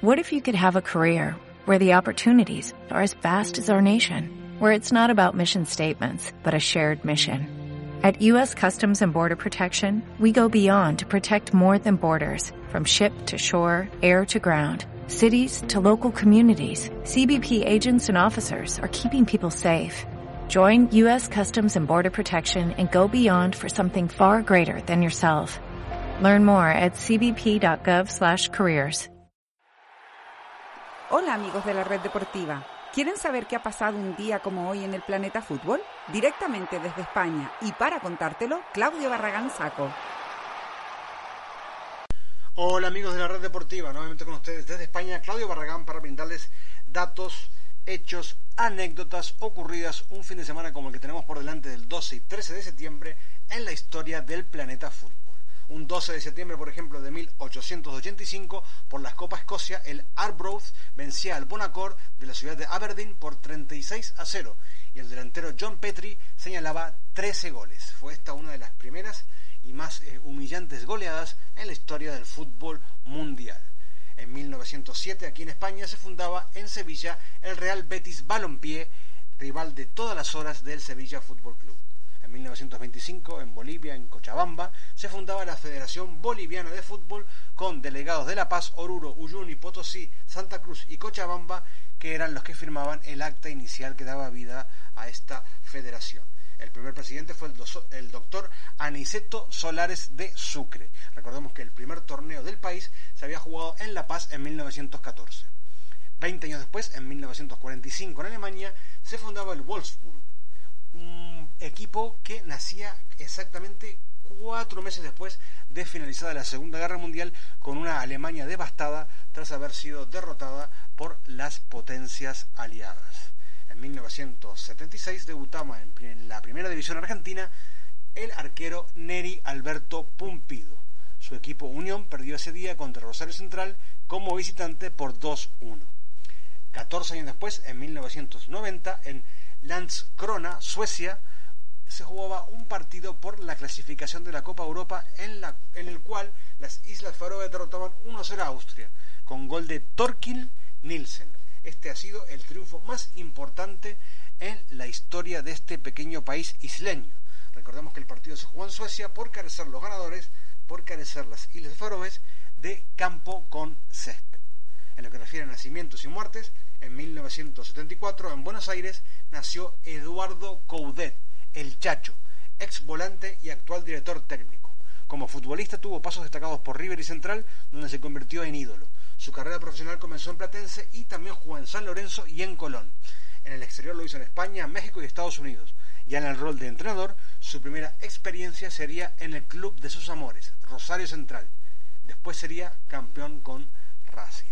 What if you could have a career where the opportunities are as vast as our nation, where it's not about mission statements, but a shared mission? At U.S. Customs and Border Protection, we go beyond to protect more than borders, from ship to shore, air to ground, cities to local communities. CBP agents and officers are keeping people safe. Join U.S. Customs and Border Protection and go beyond for something far greater than yourself. Learn more at cbp.gov/careers. Hola amigos de la Red Deportiva. ¿Quieren saber qué ha pasado un día como hoy en el planeta fútbol? Directamente desde España y para contártelo, Claudio Barragán Saco. Hola amigos de la Red Deportiva, nuevamente con ustedes desde España, Claudio Barragán, para brindarles datos, hechos, anécdotas ocurridas un fin de semana como el que tenemos por delante del 12 y 13 de septiembre en la historia del planeta fútbol. Un 12 de septiembre, por ejemplo, de 1885, por las Copa Escocia, el Arbroath vencía al Bonacore de la ciudad de Aberdeen por 36-0 y el delantero John Petrie señalaba 13 goles. Fue esta una de las primeras y más humillantes goleadas en la historia del fútbol mundial. En 1907, aquí en España, se fundaba en Sevilla el Real Betis Balompié, rival de todas las horas del Sevilla Fútbol Club. En 1925, en Bolivia, en Cochabamba, se fundaba la Federación Boliviana de Fútbol con delegados de La Paz, Oruro, Uyuni, Potosí, Santa Cruz y Cochabamba, que eran los que firmaban el acta inicial que daba vida a esta federación. El primer presidente fue el doctor Aniceto Solares de Sucre. Recordemos que el primer torneo del país se había jugado en La Paz en 1914. 20 años después, en 1945, en Alemania, se fundaba el Wolfsburg, un equipo que nacía exactamente 4 meses después de finalizada la Segunda Guerra Mundial, con una Alemania devastada tras haber sido derrotada por las potencias aliadas. En 1976 debutaba en la primera división argentina el arquero Neri Alberto Pumpido. Su equipo Unión perdió ese día contra Rosario Central como visitante por 2-1. 14 años después, en 1990, en Landskrona, Suecia, se jugaba un partido por la clasificación de la Copa Europa en el cual las Islas Faroe derrotaban 1-0 a Austria con gol de Thorkild Nielsen. Este ha sido el triunfo más importante en la historia de este pequeño país isleño. Recordemos que el partido se jugó en Suecia por carecer los ganadores, por carecer las Islas Faroe de campo con césped. En lo que refiere a nacimientos y muertes, en 1974 en Buenos Aires nació Eduardo Coudet, el Chacho, ex volante y actual director técnico. Como futbolista tuvo pasos destacados por River y Central, donde se convirtió en ídolo. Su carrera profesional comenzó en Platense y también jugó en San Lorenzo y en Colón. En el exterior lo hizo en España, México y Estados Unidos. Ya en el rol de entrenador, su primera experiencia sería en el club de sus amores, Rosario Central. Después sería campeón con Racing.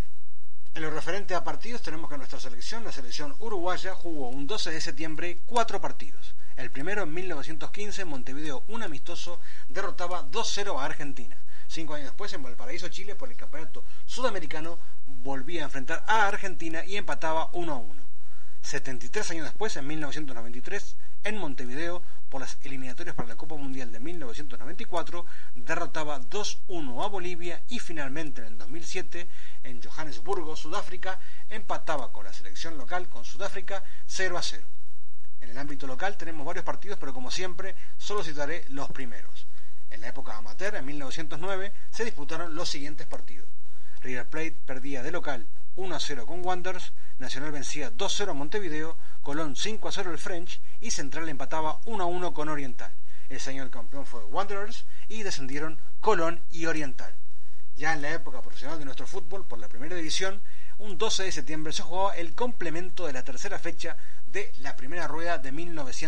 En lo referente a partidos, tenemos que nuestra selección, la selección uruguaya, jugó un 12 de septiembre 4 partidos. El primero en 1915, en Montevideo, un amistoso, derrotaba 2-0 a Argentina. 5 años después, en Valparaíso, Chile, por el campeonato sudamericano, volvía a enfrentar a Argentina y empataba 1-1. 73 años después, en 1993, en Montevideo, por las eliminatorias para la Copa Mundial de 1994, derrotaba 2-1 a Bolivia y finalmente en el 2007, en Johannesburgo, Sudáfrica, empataba con la selección local, con Sudáfrica, 0-0. En el ámbito local tenemos varios partidos, pero como siempre, solo citaré los primeros. En la época amateur, en 1909, se disputaron los siguientes partidos. River Plate perdía de local 1-0 con Wanderers, Nacional vencía 2-0 a Montevideo, Colón 5-0 el French y Central empataba 1-1 con Oriental. Ese año el campeón fue Wanderers y descendieron Colón y Oriental. Ya en la época profesional de nuestro fútbol, por la primera división, un 12 de septiembre se jugaba el complemento de la tercera fecha de la primera rueda de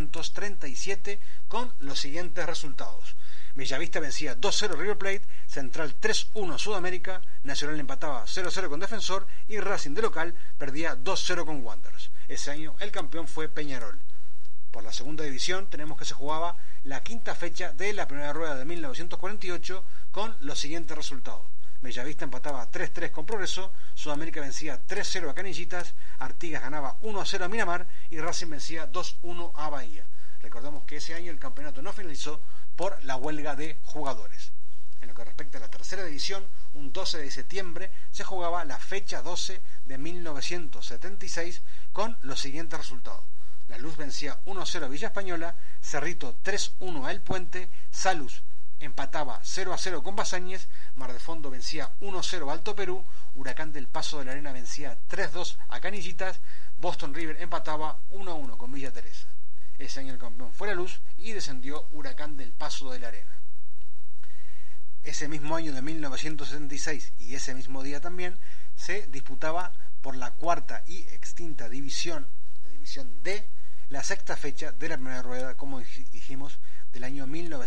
1937 con los siguientes resultados. Bellavista vencía 2-0 River Plate, Central 3-1 Sudamérica, Nacional empataba 0-0 con Defensor y Racing de local perdía 2-0 con Wanderers. Ese año el campeón fue Peñarol. Por la segunda división tenemos que se jugaba la quinta fecha de la primera rueda de 1948 con los siguientes resultados. Bellavista empataba 3-3 con Progreso, Sudamérica vencía 3-0 a Canillitas, Artigas ganaba 1-0 a Miramar y Racing vencía 2-1 a Bahía. Recordemos que ese año el campeonato no finalizó por la huelga de jugadores. En lo que respecta a la tercera división, un 12 de septiembre se jugaba la fecha 12 de 1976 con los siguientes resultados. La Luz vencía 1-0 a Villa Española, Cerrito 3-1 a El Puente, Salus empataba 0-0 con Basáñez, Mar de Fondo vencía 1-0 a Alto Perú, Huracán del Paso de la Arena vencía 3-2 a Canillitas, Boston River empataba 1-1 con Villa Teresa. Ese año el campeón fue La Luz y descendió Huracán del Paso de la Arena. Ese mismo año de 1976 y ese mismo día también se disputaba por la cuarta y extinta división, la división D, la sexta fecha de la primera rueda, como dijimos, del año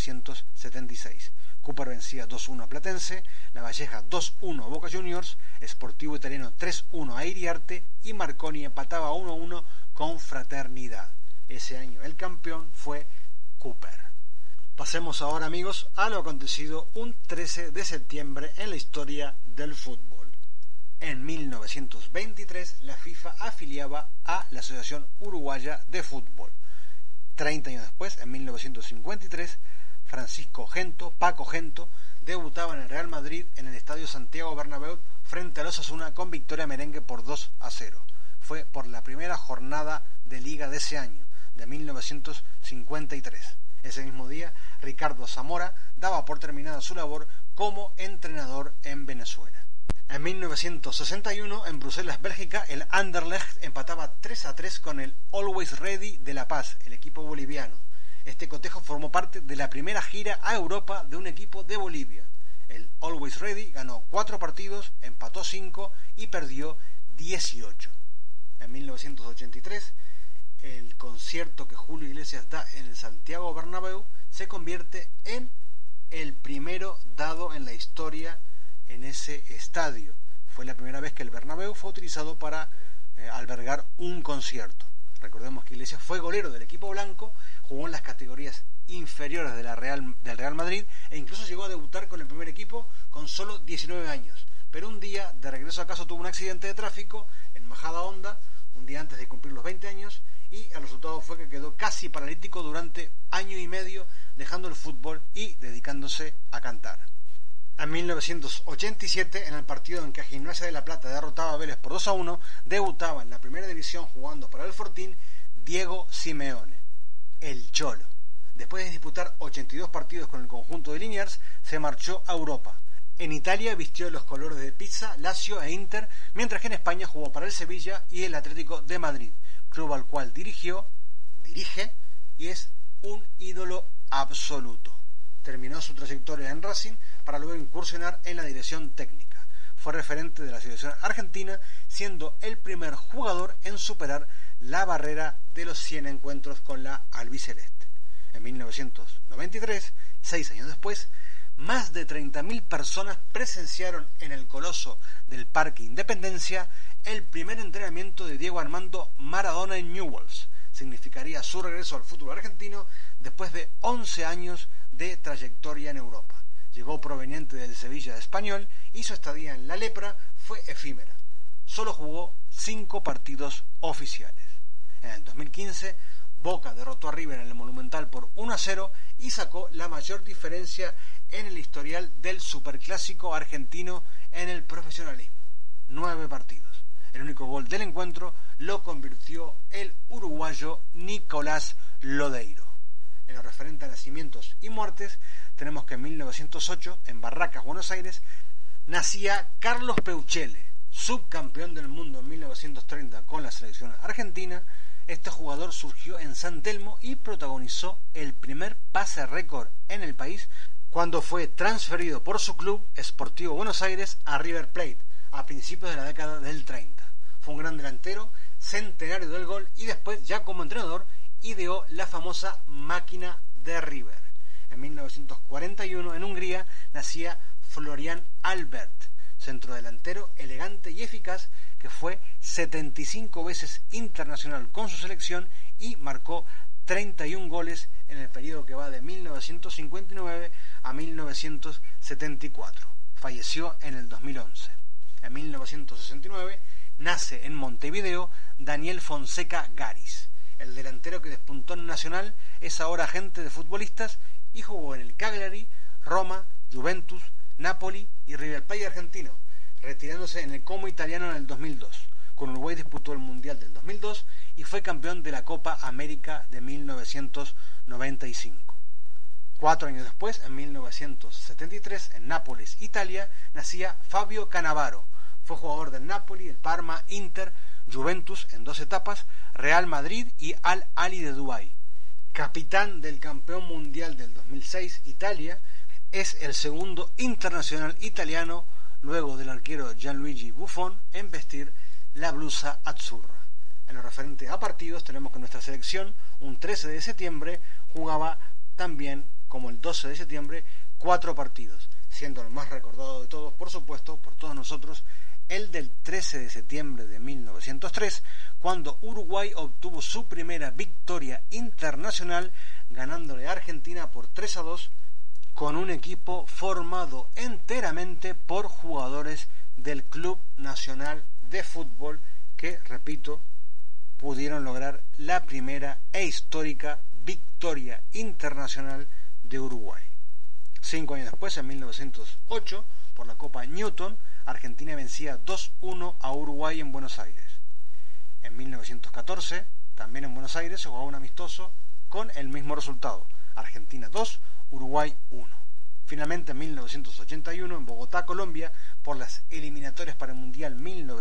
1976. Cooper vencía 2-1 a Platense, La Valleja 2-1 a Boca Juniors, Sportivo Italiano 3-1 a Iriarte y Marconi empataba 1-1 con Fraternidad. Ese año el campeón fue Cooper. Pasemos ahora, amigos, a lo acontecido un 13 de septiembre en la historia del fútbol. En 1923, la FIFA afiliaba a la Asociación Uruguaya de Fútbol. 30 años después, en 1953, Francisco Gento, Paco Gento, debutaba en el Real Madrid en el Estadio Santiago Bernabéu frente a los Osasuna con victoria merengue por 2-0. Fue por la primera jornada de Liga de ese año, de 1953. Ese mismo día, Ricardo Zamora daba por terminada su labor como entrenador en Venezuela. En 1961, en Bruselas, Bélgica, el Anderlecht empataba 3-3 con el Always Ready de La Paz, el equipo boliviano. Este cotejo formó parte de la primera gira a Europa de un equipo de Bolivia. El Always Ready ganó 4 partidos, empató 5 y perdió 18. En 1983, el concierto que Julio Iglesias da en el Santiago Bernabéu se convierte en el primero dado en la historia en ese estadio. Fue la primera vez que el Bernabéu fue utilizado para albergar un concierto. Recordemos que Iglesias fue golero del equipo blanco, jugó en las categorías inferiores del Real Madrid e incluso llegó a debutar con el primer equipo con solo 19 años. Pero un día, de regreso a casa, tuvo un accidente de tráfico en Majadahonda, un día antes de cumplir los 20 años, y el resultado fue que quedó casi paralítico durante año y medio, dejando el fútbol y dedicándose a cantar. En 1987, en el partido en que Gimnasia de La Plata derrotaba a Vélez por 2-1, debutaba en la primera división jugando para el Fortín Diego Simeone, el Cholo. Después de disputar 82 partidos con el conjunto de Liniers, se marchó a Europa. En Italia vistió los colores de Pisa, Lazio e Inter, mientras que en España jugó para el Sevilla y el Atlético de Madrid, club al cual dirige y es un ídolo absoluto. Terminó su trayectoria en Racing para luego incursionar en la dirección técnica. Fue referente de la selección argentina, siendo el primer jugador en superar la barrera de los 100 encuentros con la albiceleste. En 1993, 6 años después, más de 30.000 personas presenciaron en el coloso del Parque Independencia el primer entrenamiento de Diego Armando Maradona en Newell's. Significaría su regreso al fútbol argentino después de 11 años de trayectoria en Europa. Llegó proveniente del Sevilla Español y su estadía en la Lepra fue efímera. Solo jugó 5 partidos oficiales. En el 2015, Boca derrotó a River en el Monumental por 1-0 y sacó la mayor diferencia en el historial del superclásico argentino en el profesionalismo. 9 partidos. El único gol del encuentro lo convirtió el uruguayo Nicolás Lodeiro. En lo referente a nacimientos y muertes, tenemos que en 1908, en Barracas, Buenos Aires, nacía Carlos Peuchele, subcampeón del mundo en 1930 con la selección argentina. Este jugador surgió en San Telmo y protagonizó el primer pase récord en el país cuando fue transferido por su club Sportivo Buenos Aires a River Plate a principios de la década del 30. Fue un gran delantero, centenario del gol y después, ya como entrenador, ideó la famosa máquina de River. En 1941, en Hungría, nacía Florian Albert, centrodelantero elegante y eficaz que fue 75 veces internacional con su selección y marcó 31 goles en el periodo que va de 1959 a 1974. Falleció en el 2011. En 1969 nace en Montevideo Daniel Fonseca Garis. El delantero que despuntó en Nacional es ahora agente de futbolistas y jugó en el Cagliari, Roma, Juventus, Napoli y River Plate argentino, retirándose en el Como italiano en el 2002. Con Uruguay disputó el Mundial del 2002 y fue campeón de la Copa América de 1995. 4 años después, en 1973, en Nápoles, Italia, nacía Fabio Cannavaro. Fue jugador del Napoli, el Parma, Inter, Juventus en 2 etapas, Real Madrid y Al-Ahly de Dubái. Capitán del campeón mundial del 2006, Italia, es el segundo internacional italiano, luego del arquero Gianluigi Buffon, en vestir la blusa azzurra. En lo referente a partidos, tenemos que nuestra selección, un 13 de septiembre, jugaba también, como el 12 de septiembre, 4 partidos, siendo el más recordado de todos, por supuesto, por todos nosotros, el del 13 de septiembre de 1903, cuando Uruguay obtuvo su primera victoria internacional, ganándole a Argentina por 3-2, con un equipo formado enteramente por jugadores del Club Nacional de Fútbol, que, repito, pudieron lograr la primera e histórica victoria internacional de Uruguay. 5 años después, en 1908, por la Copa Newton, Argentina vencía 2-1 a Uruguay en Buenos Aires. En 1914, también en Buenos Aires, se jugaba un amistoso con el mismo resultado: Argentina 2, Uruguay 1. Finalmente, en 1981, en Bogotá, Colombia, por las eliminatorias para el Mundial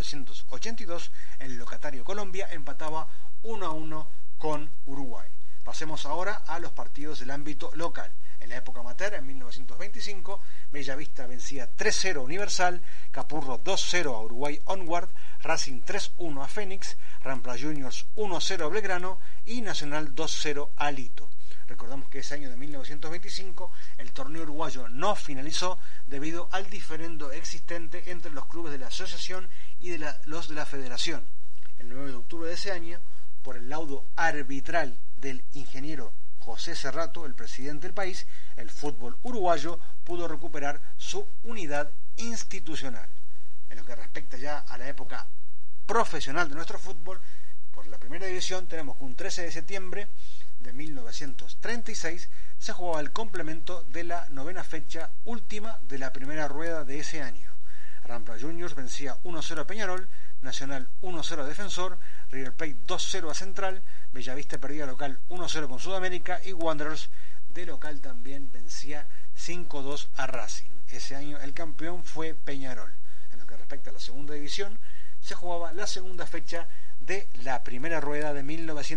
1982, el locatario Colombia empataba 1-1 con Uruguay. Pasemos ahora a los partidos del ámbito local. En la época amateur, en 1925, Bellavista vencía 3-0 a Universal, Capurro 2-0 a Uruguay Onward, Racing 3-1 a Fénix, Rampla Juniors 1-0 a Belgrano y Nacional 2-0 a Lito. Recordamos que ese año de 1925 el torneo uruguayo no finalizó debido al diferendo existente entre los clubes de la asociación y los de la federación. El 9 de octubre de ese año, por el laudo arbitral del ingeniero José Cerrato, el presidente del país, el fútbol uruguayo pudo recuperar su unidad institucional. En lo que respecta ya a la época profesional de nuestro fútbol, por la primera división tenemos que un 13 de septiembre de 1936 se jugaba el complemento de la 9ª fecha última de la primera rueda de ese año. Rampla Juniors vencía 1-0 a Peñarol, Nacional 1-0 a Defensor, River Plate 2-0 a Central, Bellavista perdía local 1-0 con Sudamérica y Wanderers de local también vencía 5-2 a Racing. Ese año el campeón fue Peñarol. En lo que respecta a la segunda división, se jugaba la segunda fecha de la primera rueda de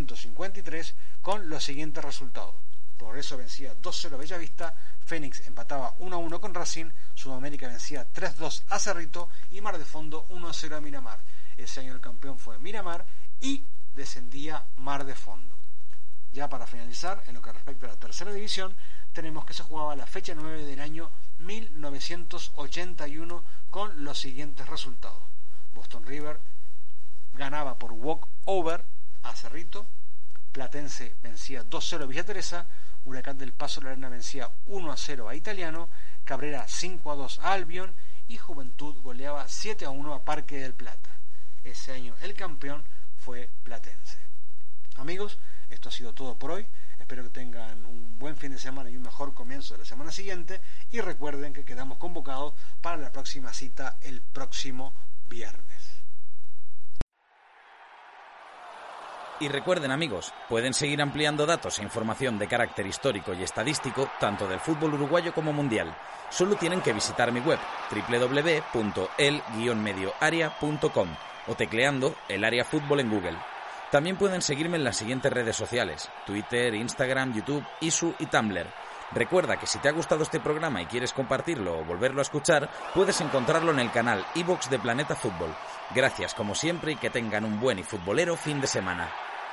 1953 con los siguientes resultados: Progreso vencía 2-0 a Bellavista, Fénix empataba 1-1 con Racing, Sudamérica vencía 3-2 a Cerrito y Mar de Fondo 1-0 a Miramar. Ese año el campeón fue Miramar y descendía Mar de Fondo. Ya para finalizar, en lo que respecta a la tercera división, tenemos que se jugaba la fecha 9 del año 1981 con los siguientes resultados: Boston River ganaba por walk-over a Cerrito, Platense vencía 2-0 a Villa Teresa, Huracán del Paso de la Arena vencía 1-0 a Italiano, Cabrera 5-2 a Albion y Juventud goleaba 7-1 a Parque del Plata. Ese año el campeón fue Platense. Amigos, esto ha sido todo por hoy. Espero que tengan un buen fin de semana y un mejor comienzo de la semana siguiente. Y recuerden que quedamos convocados para la próxima cita el próximo viernes. Y recuerden, amigos, pueden seguir ampliando datos e información de carácter histórico y estadístico tanto del fútbol uruguayo como mundial. Solo tienen que visitar mi web www.el-medioarea.com o tecleando el área fútbol en Google. También pueden seguirme en las siguientes redes sociales: Twitter, Instagram, YouTube, Isu y Tumblr. Recuerda que si te ha gustado este programa y quieres compartirlo o volverlo a escuchar, puedes encontrarlo en el canal iVoox de Planeta Fútbol. Gracias como siempre y que tengan un buen y futbolero fin de semana.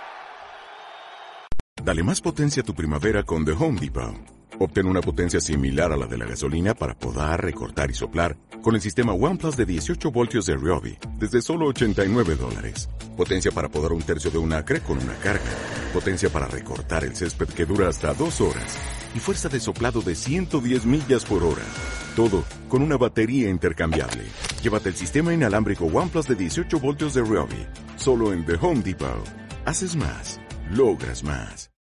Dale más potencia a tu primavera con The Home Depot. Obtén una potencia similar a la de la gasolina para podar, recortar y soplar con el sistema OnePlus de 18 voltios de Ryobi desde solo $89. Potencia para podar 1/3 de un acre con una carga. Potencia para recortar el césped que dura hasta 2 horas. Y fuerza de soplado de 110 millas por hora. Todo con una batería intercambiable. Llévate el sistema inalámbrico OnePlus de 18 voltios de Ryobi. Solo en The Home Depot. Haces más. Logras más.